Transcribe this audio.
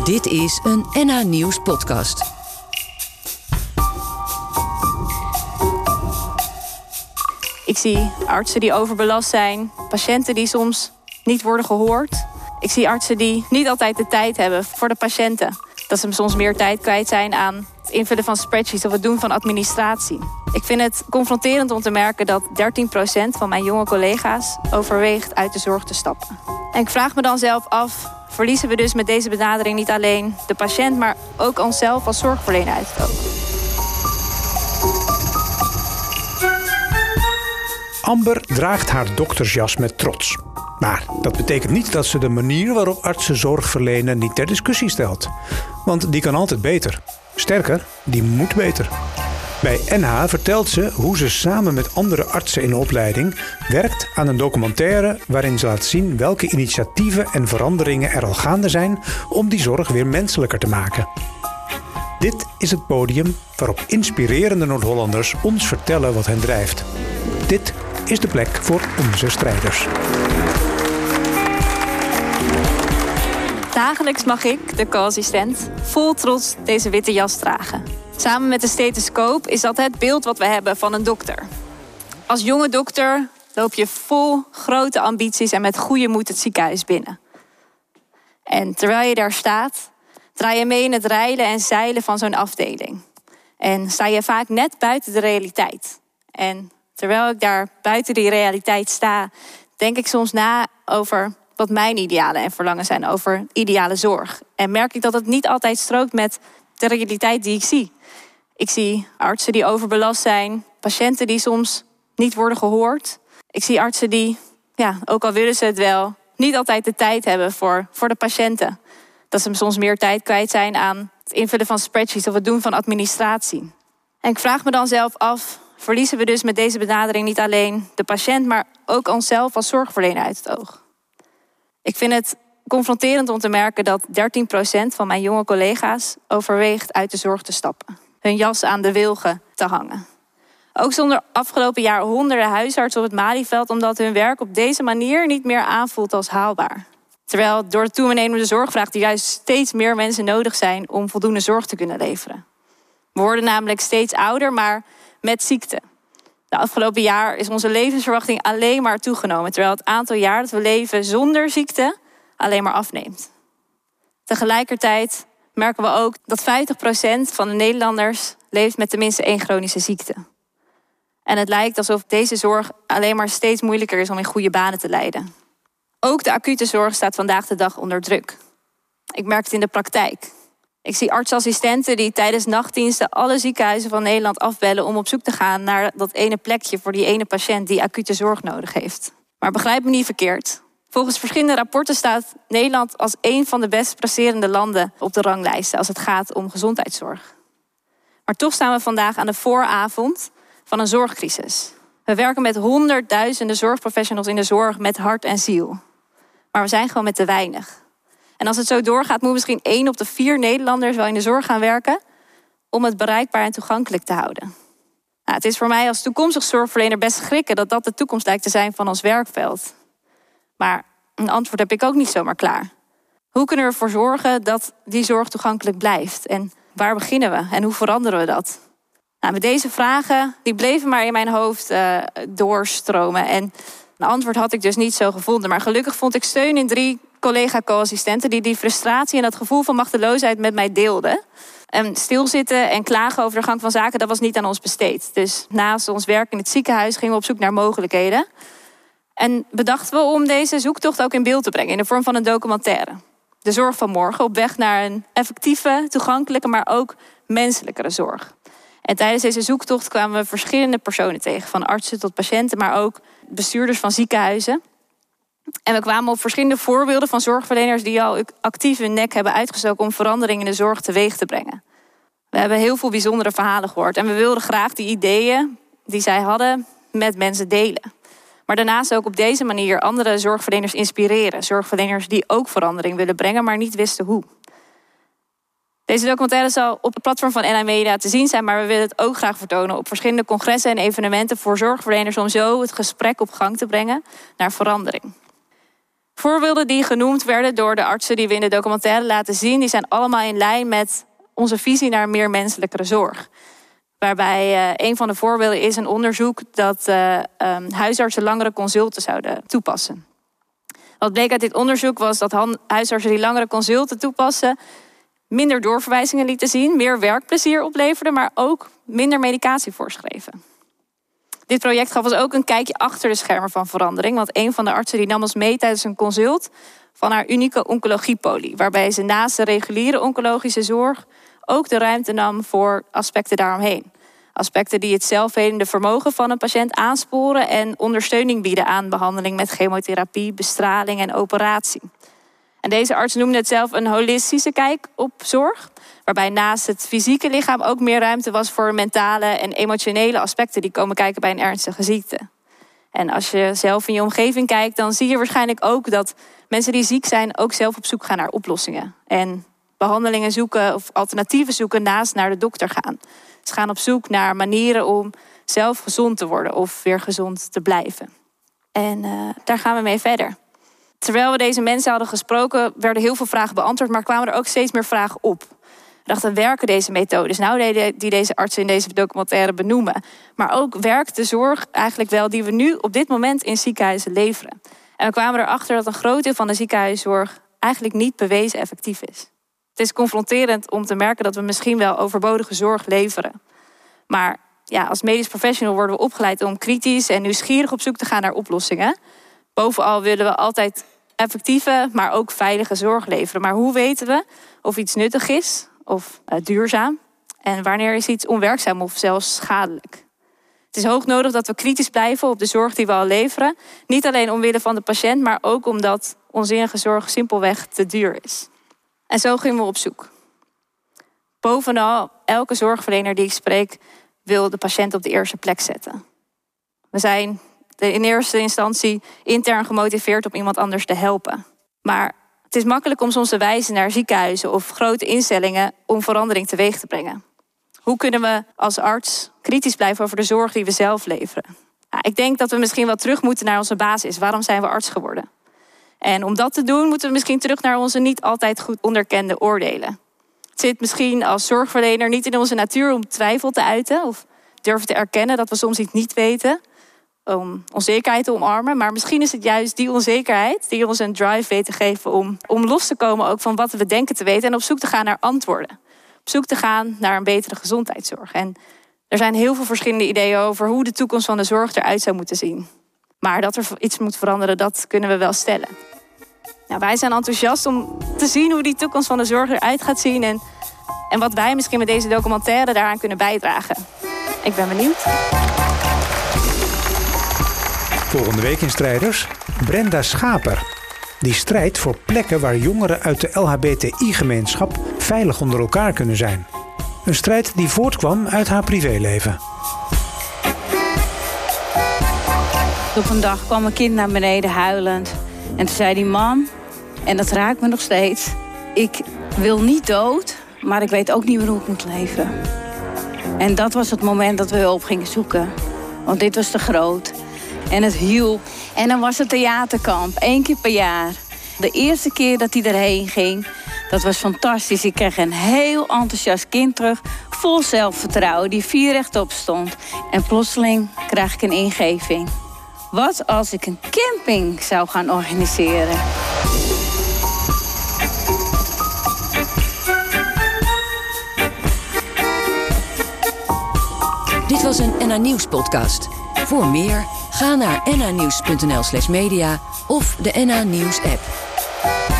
Dit is een NH Nieuws podcast. Ik zie artsen die overbelast zijn, patiënten die soms niet worden gehoord. Ik zie artsen die niet altijd de tijd hebben voor de patiënten. Dat ze soms meer tijd kwijt zijn aan het invullen van spreadsheets of het doen van administratie. Ik vind het confronterend om te merken dat 13% van mijn jonge collega's overweegt uit de zorg te stappen. En ik vraag me dan zelf af, verliezen we dus met deze benadering niet alleen de patiënt, maar ook onszelf als zorgverlener uit het oog? Amber draagt haar doktersjas met trots. Maar dat betekent niet dat ze de manier waarop artsen zorg verlenen niet ter discussie stelt. Want die kan altijd beter. Sterker, die moet beter. Bij NH vertelt ze hoe ze samen met andere artsen in de opleiding werkt aan een documentaire waarin ze laat zien welke initiatieven en veranderingen er al gaande zijn om die zorg weer menselijker te maken. Dit is het podium waarop inspirerende Noord-Hollanders ons vertellen wat hen drijft. Dit is de plek voor onze strijders. Dagelijks mag ik, de co-assistent, vol trots deze witte jas dragen. Samen met de stethoscoop is dat het beeld wat we hebben van een dokter. Als jonge dokter loop je vol grote ambities en met goede moed het ziekenhuis binnen. En terwijl je daar staat, draai je mee in het reilen en zeilen van zo'n afdeling. En sta je vaak net buiten de realiteit. En terwijl ik daar buiten die realiteit sta, denk ik soms na over wat mijn idealen en verlangen zijn over ideale zorg. En merk ik dat het niet altijd strookt met de realiteit die ik zie. Ik zie artsen die overbelast zijn, patiënten die soms niet worden gehoord. Ik zie artsen die, ook al willen ze het wel, niet altijd de tijd hebben voor de patiënten. Dat ze soms meer tijd kwijt zijn aan het invullen van spreadsheets of het doen van administratie. En ik vraag me dan zelf af, verliezen we dus met deze benadering niet alleen de patiënt, maar ook onszelf als zorgverlener uit het oog? Ik vind het confronterend om te merken dat 13% van mijn jonge collega's overweegt uit de zorg te stappen. Hun jas aan de wilgen te hangen. Ook zonder afgelopen jaar honderden huisartsen op het Malieveld, omdat hun werk op deze manier niet meer aanvoelt als haalbaar. Terwijl door de toenemende zorgvraag er juist steeds meer mensen nodig zijn om voldoende zorg te kunnen leveren. We worden namelijk steeds ouder, maar met ziekte. De afgelopen jaar is onze levensverwachting alleen maar toegenomen, terwijl het aantal jaar dat we leven zonder ziekte alleen maar afneemt. Tegelijkertijd merken we ook dat 50% van de Nederlanders leeft met tenminste 1 chronische ziekte. En het lijkt alsof deze zorg alleen maar steeds moeilijker is om in goede banen te leiden. Ook de acute zorg staat vandaag de dag onder druk. Ik merk het in de praktijk. Ik zie artsassistenten die tijdens nachtdiensten alle ziekenhuizen van Nederland afbellen om op zoek te gaan naar dat ene plekje voor die ene patiënt die acute zorg nodig heeft. Maar begrijp me niet verkeerd. Volgens verschillende rapporten staat Nederland als een van de best presterende landen op de ranglijsten als het gaat om gezondheidszorg. Maar toch staan we vandaag aan de vooravond van een zorgcrisis. We werken met honderdduizenden zorgprofessionals in de zorg met hart en ziel. Maar we zijn gewoon met te weinig. En als het zo doorgaat, moet misschien 1 op de 4 Nederlanders wel in de zorg gaan werken om het bereikbaar en toegankelijk te houden. Het is voor mij als toekomstig zorgverlener best schrikken dat dat de toekomst lijkt te zijn van ons werkveld. Maar een antwoord heb ik ook niet zomaar klaar. Hoe kunnen we ervoor zorgen dat die zorg toegankelijk blijft? En waar beginnen we? En hoe veranderen we dat? Met deze vragen, die bleven maar in mijn hoofd doorstromen. En een antwoord had ik dus niet zo gevonden. Maar gelukkig vond ik steun in 3 collega-co-assistenten die frustratie en dat gevoel van machteloosheid met mij deelden. En stilzitten en klagen over de gang van zaken, dat was niet aan ons besteed. Dus naast ons werk in het ziekenhuis gingen we op zoek naar mogelijkheden. En bedachten we om deze zoektocht ook in beeld te brengen in de vorm van een documentaire. De zorg van morgen, op weg naar een effectieve, toegankelijke, maar ook menselijkere zorg. En tijdens deze zoektocht kwamen we verschillende personen tegen. Van artsen tot patiënten, maar ook bestuurders van ziekenhuizen. En we kwamen op verschillende voorbeelden van zorgverleners die al actief hun nek hebben uitgestoken om verandering in de zorg teweeg te brengen. We hebben heel veel bijzondere verhalen gehoord. En we wilden graag die ideeën die zij hadden met mensen delen. Maar daarnaast ook op deze manier andere zorgverleners inspireren. Zorgverleners die ook verandering willen brengen, maar niet wisten hoe. Deze documentaire zal op het platform van NH Media te zien zijn, maar we willen het ook graag vertonen op verschillende congressen en evenementen voor zorgverleners om zo het gesprek op gang te brengen naar verandering. Voorbeelden die genoemd werden door de artsen die we in de documentaire laten zien, die zijn allemaal in lijn met onze visie naar meer menselijkere zorg. Waarbij een van de voorbeelden is een onderzoek dat huisartsen langere consulten zouden toepassen. Wat bleek uit dit onderzoek was dat huisartsen die langere consulten toepassen minder doorverwijzingen lieten zien, meer werkplezier opleverden, maar ook minder medicatie voorschreven. Dit project gaf ons ook een kijkje achter de schermen van verandering, want een van de artsen die nam ons mee tijdens een consult van haar unieke oncologiepolie, waarbij ze naast de reguliere oncologische zorg ook de ruimte nam voor aspecten daaromheen. Aspecten die het zelfhelende vermogen van een patiënt aansporen en ondersteuning bieden aan behandeling met chemotherapie, bestraling en operatie. En deze arts noemde het zelf een holistische kijk op zorg, waarbij naast het fysieke lichaam ook meer ruimte was voor mentale en emotionele aspecten die komen kijken bij een ernstige ziekte. En als je zelf in je omgeving kijkt, dan zie je waarschijnlijk ook dat mensen die ziek zijn ook zelf op zoek gaan naar oplossingen. En behandelingen zoeken of alternatieven zoeken naast naar de dokter gaan. Ze gaan op zoek naar manieren om zelf gezond te worden of weer gezond te blijven. En daar gaan we mee verder. Terwijl we deze mensen hadden gesproken, werden heel veel vragen beantwoord, maar kwamen er ook steeds meer vragen op. We dachten, werken deze methodes nou die deze artsen in deze documentaire benoemen? Maar ook werkt de zorg eigenlijk wel die we nu op dit moment in ziekenhuizen leveren? En we kwamen erachter dat een groot deel van de ziekenhuiszorg eigenlijk niet bewezen effectief is. Het is confronterend om te merken dat we misschien wel overbodige zorg leveren. Maar ja, als medisch professional worden we opgeleid om kritisch en nieuwsgierig op zoek te gaan naar oplossingen. Bovenal willen we altijd effectieve, maar ook veilige zorg leveren. Maar hoe weten we of iets nuttig is of duurzaam? En wanneer is iets onwerkzaam of zelfs schadelijk? Het is hoog nodig dat we kritisch blijven op de zorg die we al leveren. Niet alleen omwille van de patiënt, maar ook omdat onzinnige zorg simpelweg te duur is. En zo gingen we op zoek. Bovenal, elke zorgverlener die ik spreek wil de patiënt op de eerste plek zetten. We zijn in eerste instantie intern gemotiveerd om iemand anders te helpen. Maar het is makkelijk om soms te wijzen naar ziekenhuizen of grote instellingen om verandering teweeg te brengen. Hoe kunnen we als arts kritisch blijven over de zorg die we zelf leveren? Nou, ik denk dat we misschien wel terug moeten naar onze basis. Waarom zijn we arts geworden? En om dat te doen moeten we misschien terug naar onze niet altijd goed onderkende oordelen. Het zit misschien als zorgverlener niet in onze natuur om twijfel te uiten of durven te erkennen dat we soms iets niet weten, om onzekerheid te omarmen. Maar misschien is het juist die onzekerheid die ons een drive weet te geven om los te komen ook van wat we denken te weten en op zoek te gaan naar antwoorden. Op zoek te gaan naar een betere gezondheidszorg. En er zijn heel veel verschillende ideeën over hoe de toekomst van de zorg eruit zou moeten zien. Maar dat er iets moet veranderen, dat kunnen we wel stellen. Nou, wij zijn enthousiast om te zien hoe die toekomst van de zorg eruit gaat zien en wat wij misschien met deze documentaire daaraan kunnen bijdragen. Ik ben benieuwd. Volgende week in Strijders, Brenda Schaper. Die strijdt voor plekken waar jongeren uit de LHBTI-gemeenschap veilig onder elkaar kunnen zijn. Een strijd die voortkwam uit haar privéleven. Op een dag kwam een kind naar beneden huilend. En toen zei die mam, en dat raakt me nog steeds, ik wil niet dood, maar ik weet ook niet meer hoe ik moet leven. En dat was het moment dat we hulp gingen zoeken. Want dit was te groot. En het hielp. En dan was het theaterkamp, 1 keer per jaar. De eerste keer dat hij erheen ging, dat was fantastisch. Ik kreeg een heel enthousiast kind terug, vol zelfvertrouwen, die 4 rechtop stond. En plotseling krijg ik een ingeving. Wat als ik een camping zou gaan organiseren? Dit was een NA Nieuws podcast. Voor meer, ga naar nanieuws.nl/media of de NA Nieuws app.